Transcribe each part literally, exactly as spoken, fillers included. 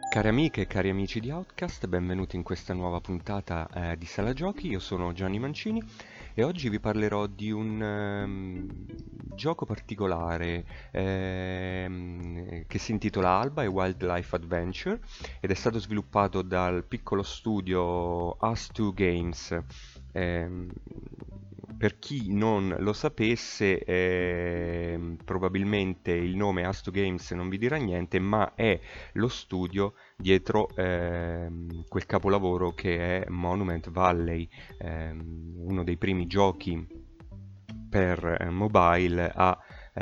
Cari amiche e cari amici di Outcast, benvenuti in questa nuova puntata eh, di Sala Giochi. Io sono Gianni Mancini e oggi vi parlerò di un ehm, gioco particolare ehm, che si intitola Alba e Wildlife Adventure ed è stato sviluppato dal piccolo studio Us two Games. Ehm, per chi non lo sapesse, ehm, probabilmente il nome Us two Games non vi dirà niente, ma è lo studio dietro ehm, quel capolavoro che è Monument Valley, ehm, uno dei primi giochi per eh, mobile a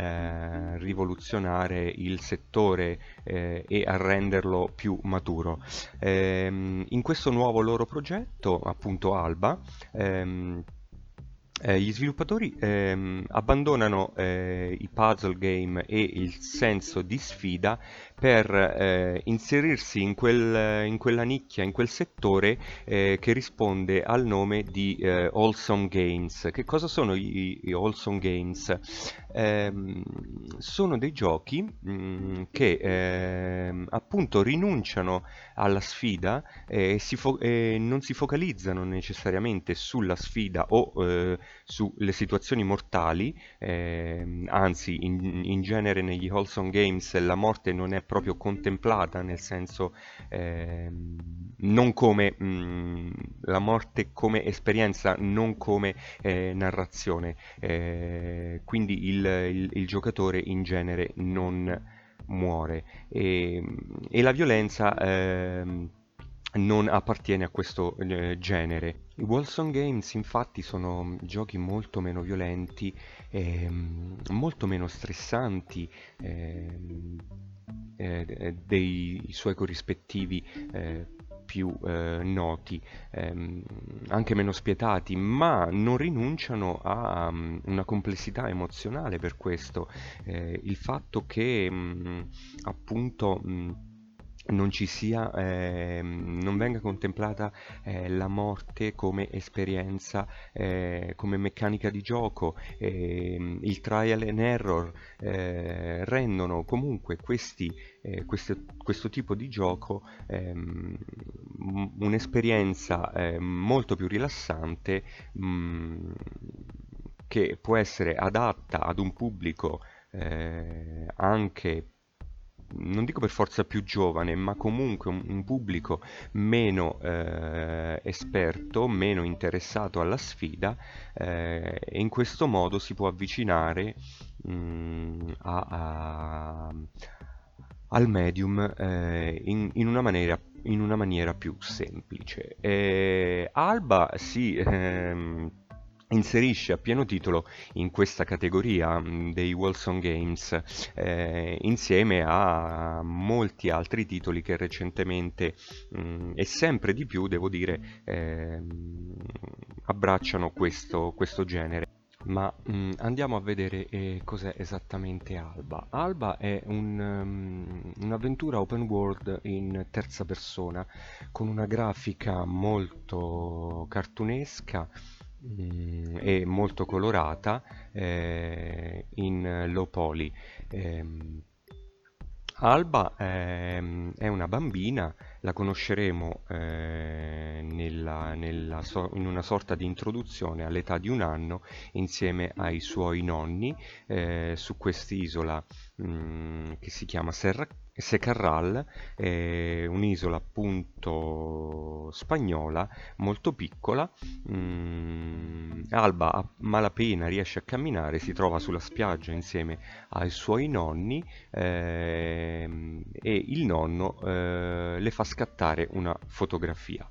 eh, rivoluzionare il settore eh, e a renderlo più maturo. Ehm, in questo nuovo loro progetto, appunto Alba, ehm, eh, gli sviluppatori ehm, abbandonano eh, i puzzle game e il senso di sfida per eh, inserirsi in quel- in quella nicchia, in quel settore eh, che risponde al nome di eh, Wholesome Games. Che cosa sono i, i Wholesome Games? Ehm, sono dei giochi mh, che ehm, appunto rinunciano alla sfida e si fo- e non si focalizzano necessariamente sulla sfida o eh, sulle situazioni mortali, ehm, anzi in, in genere negli Wholesome Games la morte non è proprio contemplata, nel senso ehm, non come mh, la morte come esperienza, non come eh, narrazione. Eh, quindi il, il- il giocatore in genere non muore e, e la violenza ehm, non appartiene a questo eh, genere. I Wilson Games infatti sono giochi molto meno violenti, ehm, molto meno stressanti ehm, eh, eh, dei suoi corrispettivi eh, più eh, noti, ehm, anche meno spietati, ma non rinunciano a um, una complessità emozionale per questo. Eh, il fatto che mh, appunto mh, non ci sia, ehm, non venga contemplata eh, la morte come esperienza, eh, come meccanica di gioco, ehm, il trial and error eh, rendono comunque questi, eh, questo, questo tipo di gioco ehm, m- un'esperienza eh, molto più rilassante, mh, che può essere adatta ad un pubblico eh, anche, non dico per forza più giovane, ma comunque un, un pubblico meno eh, esperto, meno interessato alla sfida, eh, e in questo modo si può avvicinare mh, a- a- al medium eh, in, in una maniera, in una maniera più semplice. E Alba si ehm, inserisce a pieno titolo in questa categoria mh, dei Wilson Games, eh, insieme a molti altri titoli che recentemente mh, e sempre di più, devo dire, ehm, abbracciano questo, questo genere. Ma mh, andiamo a vedere eh, cos'è esattamente Alba. Alba è un, um, un'avventura open world in terza persona con una grafica molto cartunesca mm, e molto colorata eh, in low poly. Ehm, Alba ehm, è una bambina, la conosceremo eh, nella- nella so- in una sorta di introduzione all'età di un anno insieme ai suoi nonni eh, su quest'isola mm, che si chiama Serra- Secarral, eh, un'isola appunto spagnola molto piccola. Mm, Alba a malapena riesce a camminare, si trova sulla spiaggia insieme ai suoi nonni ehm, e il nonno eh, le fa scattare una fotografia.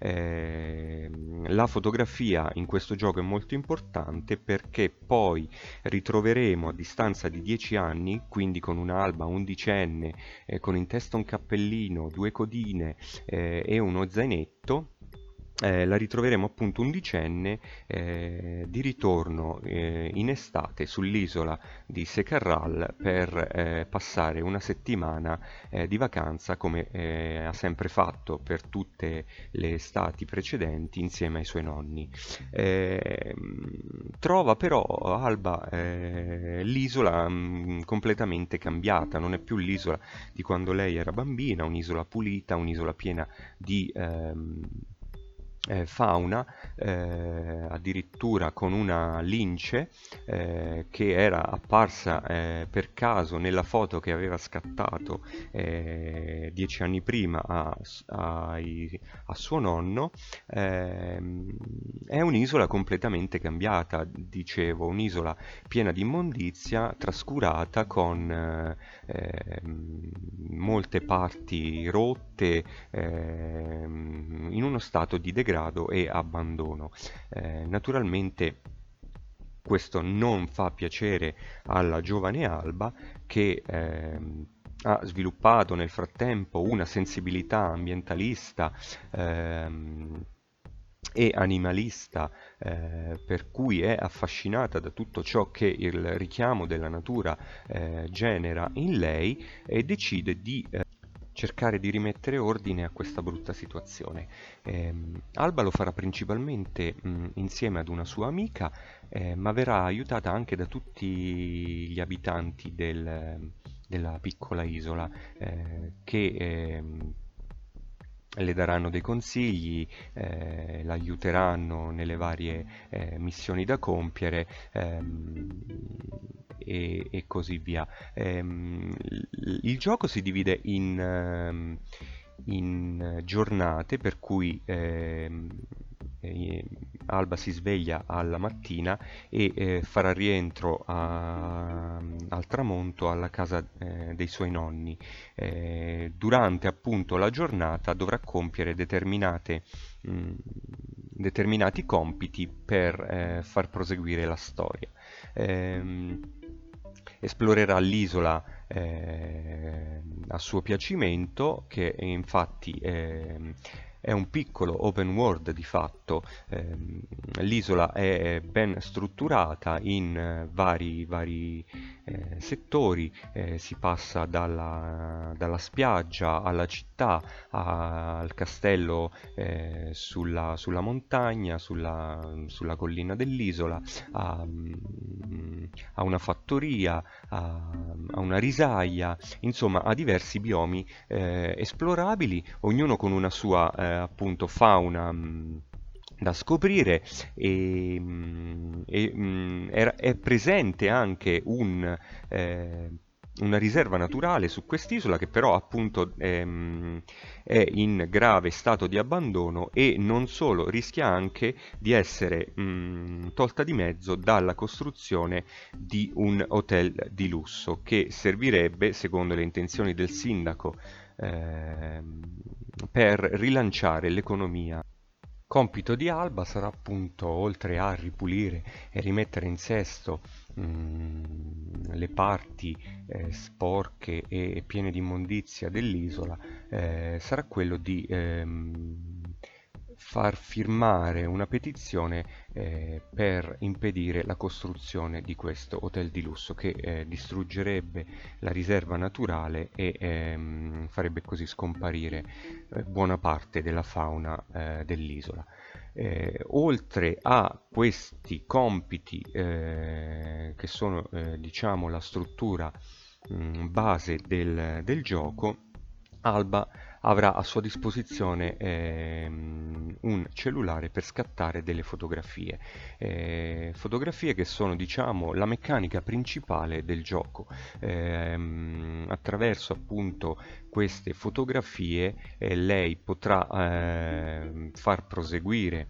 Ehm, la fotografia in questo gioco è molto importante perché poi ritroveremo a distanza di dieci anni, quindi con un'Alba undicenne, eh, con in testa un cappellino, due codine eh, e uno zainetto, eh, la ritroveremo appunto undicenne eh, di ritorno eh, in estate sull'isola di Secarral per eh, passare una settimana eh, di vacanza come eh, ha sempre fatto per tutte le estati precedenti insieme ai suoi nonni. Eh, trova però Alba eh, l'isola mh, completamente cambiata, non è più l'isola di quando lei era bambina, un'isola pulita, un'isola piena di ehm, eh, fauna, eh, addirittura con una lince eh, che era apparsa eh, per caso nella foto che aveva scattato eh, dieci anni prima a, a, a suo nonno. Ehm, è un'isola completamente cambiata, dicevo, un'isola piena di immondizia, trascurata, con eh, ehm, molte parti rotte, ehm, in uno stato di degrado e abbandono. Eh, naturalmente questo non fa piacere alla giovane Alba, che ehm, ha sviluppato nel frattempo una sensibilità ambientalista ehm, e animalista, eh, per cui è affascinata da tutto ciò che il richiamo della natura eh, genera in lei, e decide di eh, cercare di rimettere ordine a questa brutta situazione. Ehm, Alba lo farà principalmente mh, insieme ad una sua amica, eh, ma verrà aiutata anche da tutti gli abitanti del- della piccola isola, eh, che ehm, le daranno dei consigli, eh, l'aiuteranno nelle varie eh, missioni da compiere, ehm, e, e così via. Ehm, il, il gioco si divide in, ehm, in giornate, per cui ehm, eh, Alba si sveglia alla mattina e eh, farà rientro a- al tramonto alla casa eh, dei suoi nonni. Eh, durante appunto la giornata dovrà compiere determinate, mh, determinati compiti per eh, far proseguire la storia. Ehm, Esplorerà l'isola eh, a suo piacimento, che infatti ehm, è un piccolo open world di fatto. Ehm, l'isola è ben strutturata in eh, vari, vari eh, settori, eh, si passa dalla, dalla spiaggia alla città, a- al castello eh, sulla, sulla montagna, sulla, sulla collina dell'isola, a, mm, a una fattoria, a, a una risaia, insomma a diversi biomi eh, esplorabili, ognuno con una sua eh, appunto fauna mh, da scoprire. E, mh, e, mh, era- è presente anche un, eh, una riserva naturale su quest'isola, che però appunto ehm, è in grave stato di abbandono, e non solo, rischia anche di essere mh, tolta di mezzo dalla costruzione di un hotel di lusso che servirebbe, secondo le intenzioni del sindaco, ehm, per rilanciare l'economia. Compito di Alba sarà appunto, oltre a ripulire e rimettere in sesto mm, le parti eh, sporche e piene di immondizia dell'isola, eh, sarà quello di ehm, far firmare una petizione eh, per impedire la costruzione di questo hotel di lusso, che eh, distruggerebbe la riserva naturale e ehm, farebbe così scomparire eh, buona parte della fauna eh, dell'isola. Eh, oltre a questi compiti eh, che sono eh, diciamo la struttura mh, base del, del gioco, Alba avrà a sua disposizione ehm, un cellulare per scattare delle fotografie, eh, fotografie che sono, diciamo, la meccanica principale del gioco. Ehm, attraverso appunto queste fotografie eh, lei potrà ehm, far proseguire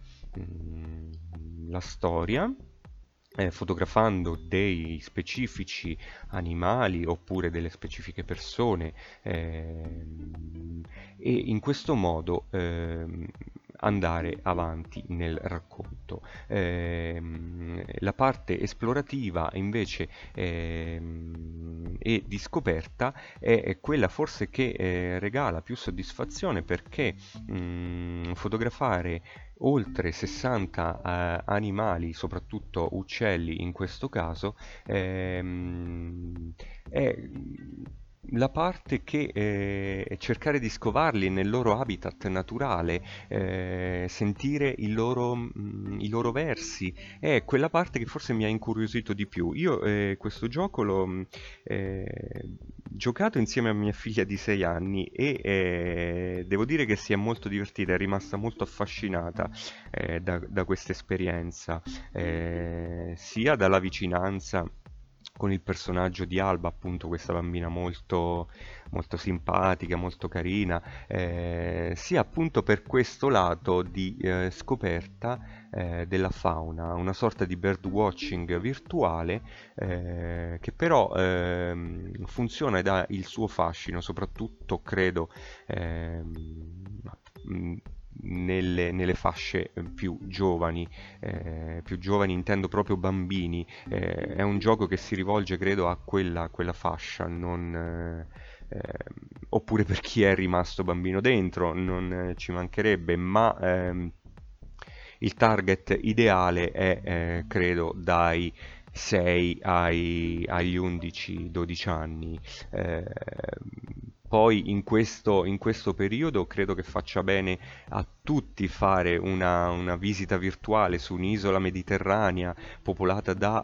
mm, la storia, eh, fotografando dei specifici animali oppure delle specifiche persone, ehm, e in questo modo ehm, andare avanti nel racconto. Ehm, la parte esplorativa invece ehm, e di scoperta è, è quella forse che eh, regala più soddisfazione, perché mh, fotografare oltre sessanta eh, animali, soprattutto uccelli in questo caso, ehm, è la parte che eh, cercare di scovarli nel loro habitat naturale, eh, sentire i loro, mm, i loro versi, è quella parte che forse mi ha incuriosito di più. Io eh, questo gioco l'ho mm, eh, giocato insieme a mia figlia di sei anni e eh, devo dire che si è molto divertita, è rimasta molto affascinata eh, da, da questa esperienza, eh, sia dalla vicinanza con il personaggio di Alba, appunto questa bambina molto, molto simpatica, molto carina, eh, sia appunto per questo lato di eh, scoperta eh, della fauna, una sorta di birdwatching virtuale eh, che però ehm, funziona ed ha il suo fascino, soprattutto credo ehm, mh, nelle, nelle fasce eh, più giovani, eh, più giovani intendo proprio bambini. Eh, è un gioco che si rivolge credo a quella, quella fascia, non, eh, eh, oppure per chi è rimasto bambino dentro, non eh, ci mancherebbe, ma ehm, il target ideale è eh, credo dai sei ai, agli undici dodici anni. Eh, Poi in questo, in questo periodo credo che faccia bene a tutti fare una, una visita virtuale su un'isola mediterranea popolata da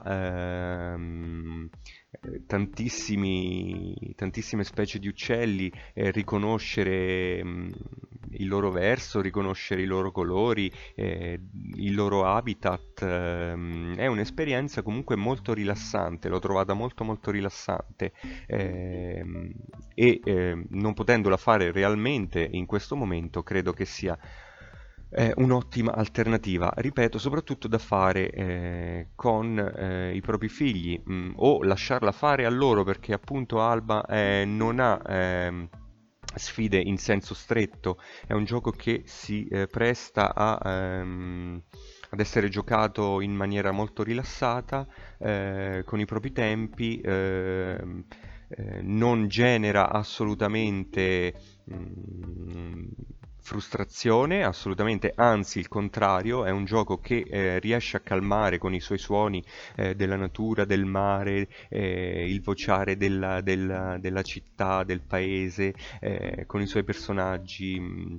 ehm, eh, tantissimi, tantissime specie di uccelli, eh, riconoscere mm, il loro verso, riconoscere i loro colori, eh, il loro habitat. Ehm, è un'esperienza comunque molto rilassante, l'ho trovata molto molto rilassante. Ehm, e eh, non potendola fare realmente in questo momento, credo che sia eh, un'ottima alternativa, ripeto, soprattutto da fare eh, con eh, i propri figli, mh, o lasciarla fare a loro perché appunto Alba eh, non ha ehm, sfide in senso stretto, è un gioco che si eh, presta a, ehm, ad essere giocato in maniera molto rilassata, eh, con i propri tempi, ehm, eh, non genera assolutamente mm, frustrazione, assolutamente, anzi il contrario, è un gioco che eh, riesce a calmare con i suoi suoni eh, della natura, del mare, eh, il vociare della, della- della città, del paese, eh, con i suoi personaggi mh,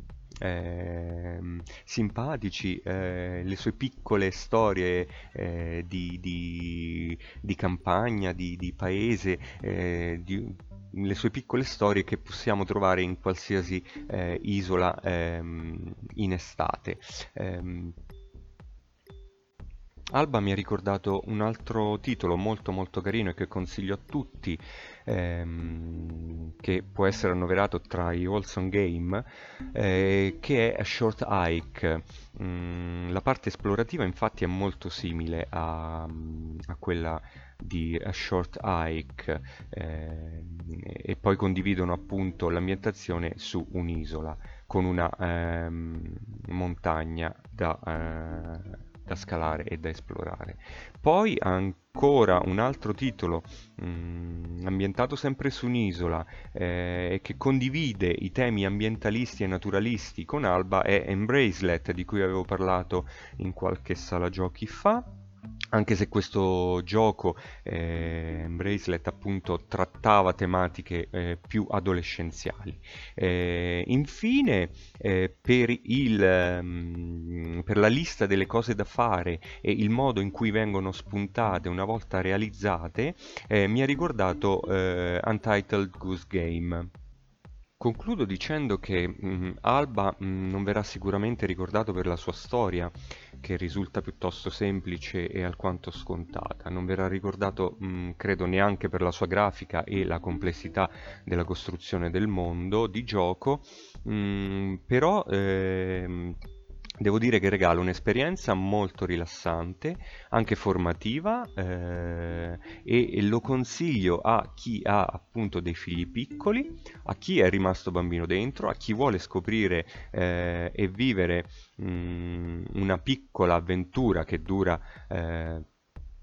ehm, simpatici, eh, le sue piccole storie eh, di, di- di campagna, di, di paese, eh, di- le sue piccole storie che possiamo trovare in qualsiasi eh, isola ehm, in estate. Ehm, Alba mi ha ricordato un altro titolo molto molto carino e che consiglio a tutti, ehm, che può essere annoverato tra i wholesome game, eh, che è A Short Hike. Mm, la parte esplorativa infatti è molto simile a, a quella di A Short Hike, eh, e poi condividono appunto l'ambientazione su un'isola con una ehm, montagna da, eh, da scalare e da esplorare. Poi ancora un altro titolo mm, ambientato sempre su un'isola eh, e che condivide i temi ambientalisti e naturalisti con Alba è Embracelet, di cui avevo parlato in qualche sala giochi fa. Anche se questo gioco, eh, Bracelet, appunto trattava tematiche eh, più adolescenziali. Eh, infine, eh, per il, ehm, per la lista delle cose da fare e il modo in cui vengono spuntate una volta realizzate, eh, mi ha ricordato eh, Untitled Goose Game. Concludo dicendo che mh, Alba mh, non verrà sicuramente ricordato per la sua storia, che risulta piuttosto semplice e alquanto scontata. Non verrà ricordato, mh, credo, neanche per la sua grafica e la complessità della costruzione del mondo di gioco, mh, però ehm, devo dire che regala un'esperienza molto rilassante, anche formativa, eh, e, e lo consiglio a chi ha appunto dei figli piccoli, a chi è rimasto bambino dentro, a chi vuole scoprire eh, e vivere mh, una piccola avventura che dura eh,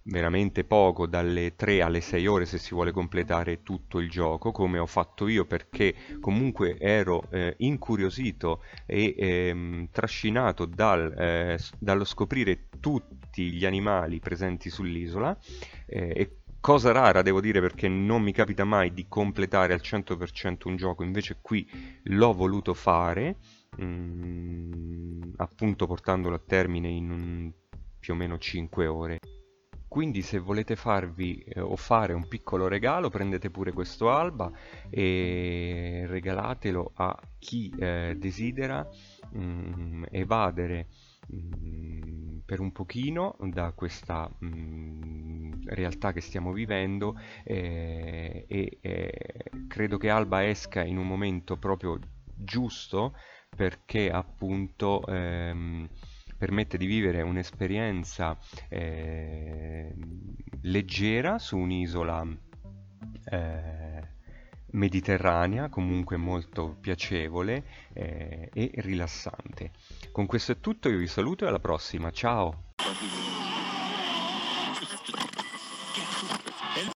veramente poco, dalle tre alle sei ore se si vuole completare tutto il gioco, come ho fatto io, perché comunque ero eh, incuriosito e ehm, trascinato dal, eh, s- dallo scoprire tutti gli animali presenti sull'isola. Eh, e cosa rara, devo dire, perché non mi capita mai di completare al cento per cento un gioco, invece qui l'ho voluto fare, mm, appunto portandolo a termine in un- più o meno cinque ore. Quindi se volete farvi eh, o fare un piccolo regalo, prendete pure questo Alba e regalatelo a chi eh, desidera mm, evadere mm, per un pochino da questa mm, realtà che stiamo vivendo, eh, e eh, credo che Alba esca in un momento proprio giusto, perché appunto ehm, permette di vivere un'esperienza eh, leggera su un'isola eh, mediterranea, comunque molto piacevole eh, e rilassante. Con questo è tutto, io vi saluto e alla prossima, ciao!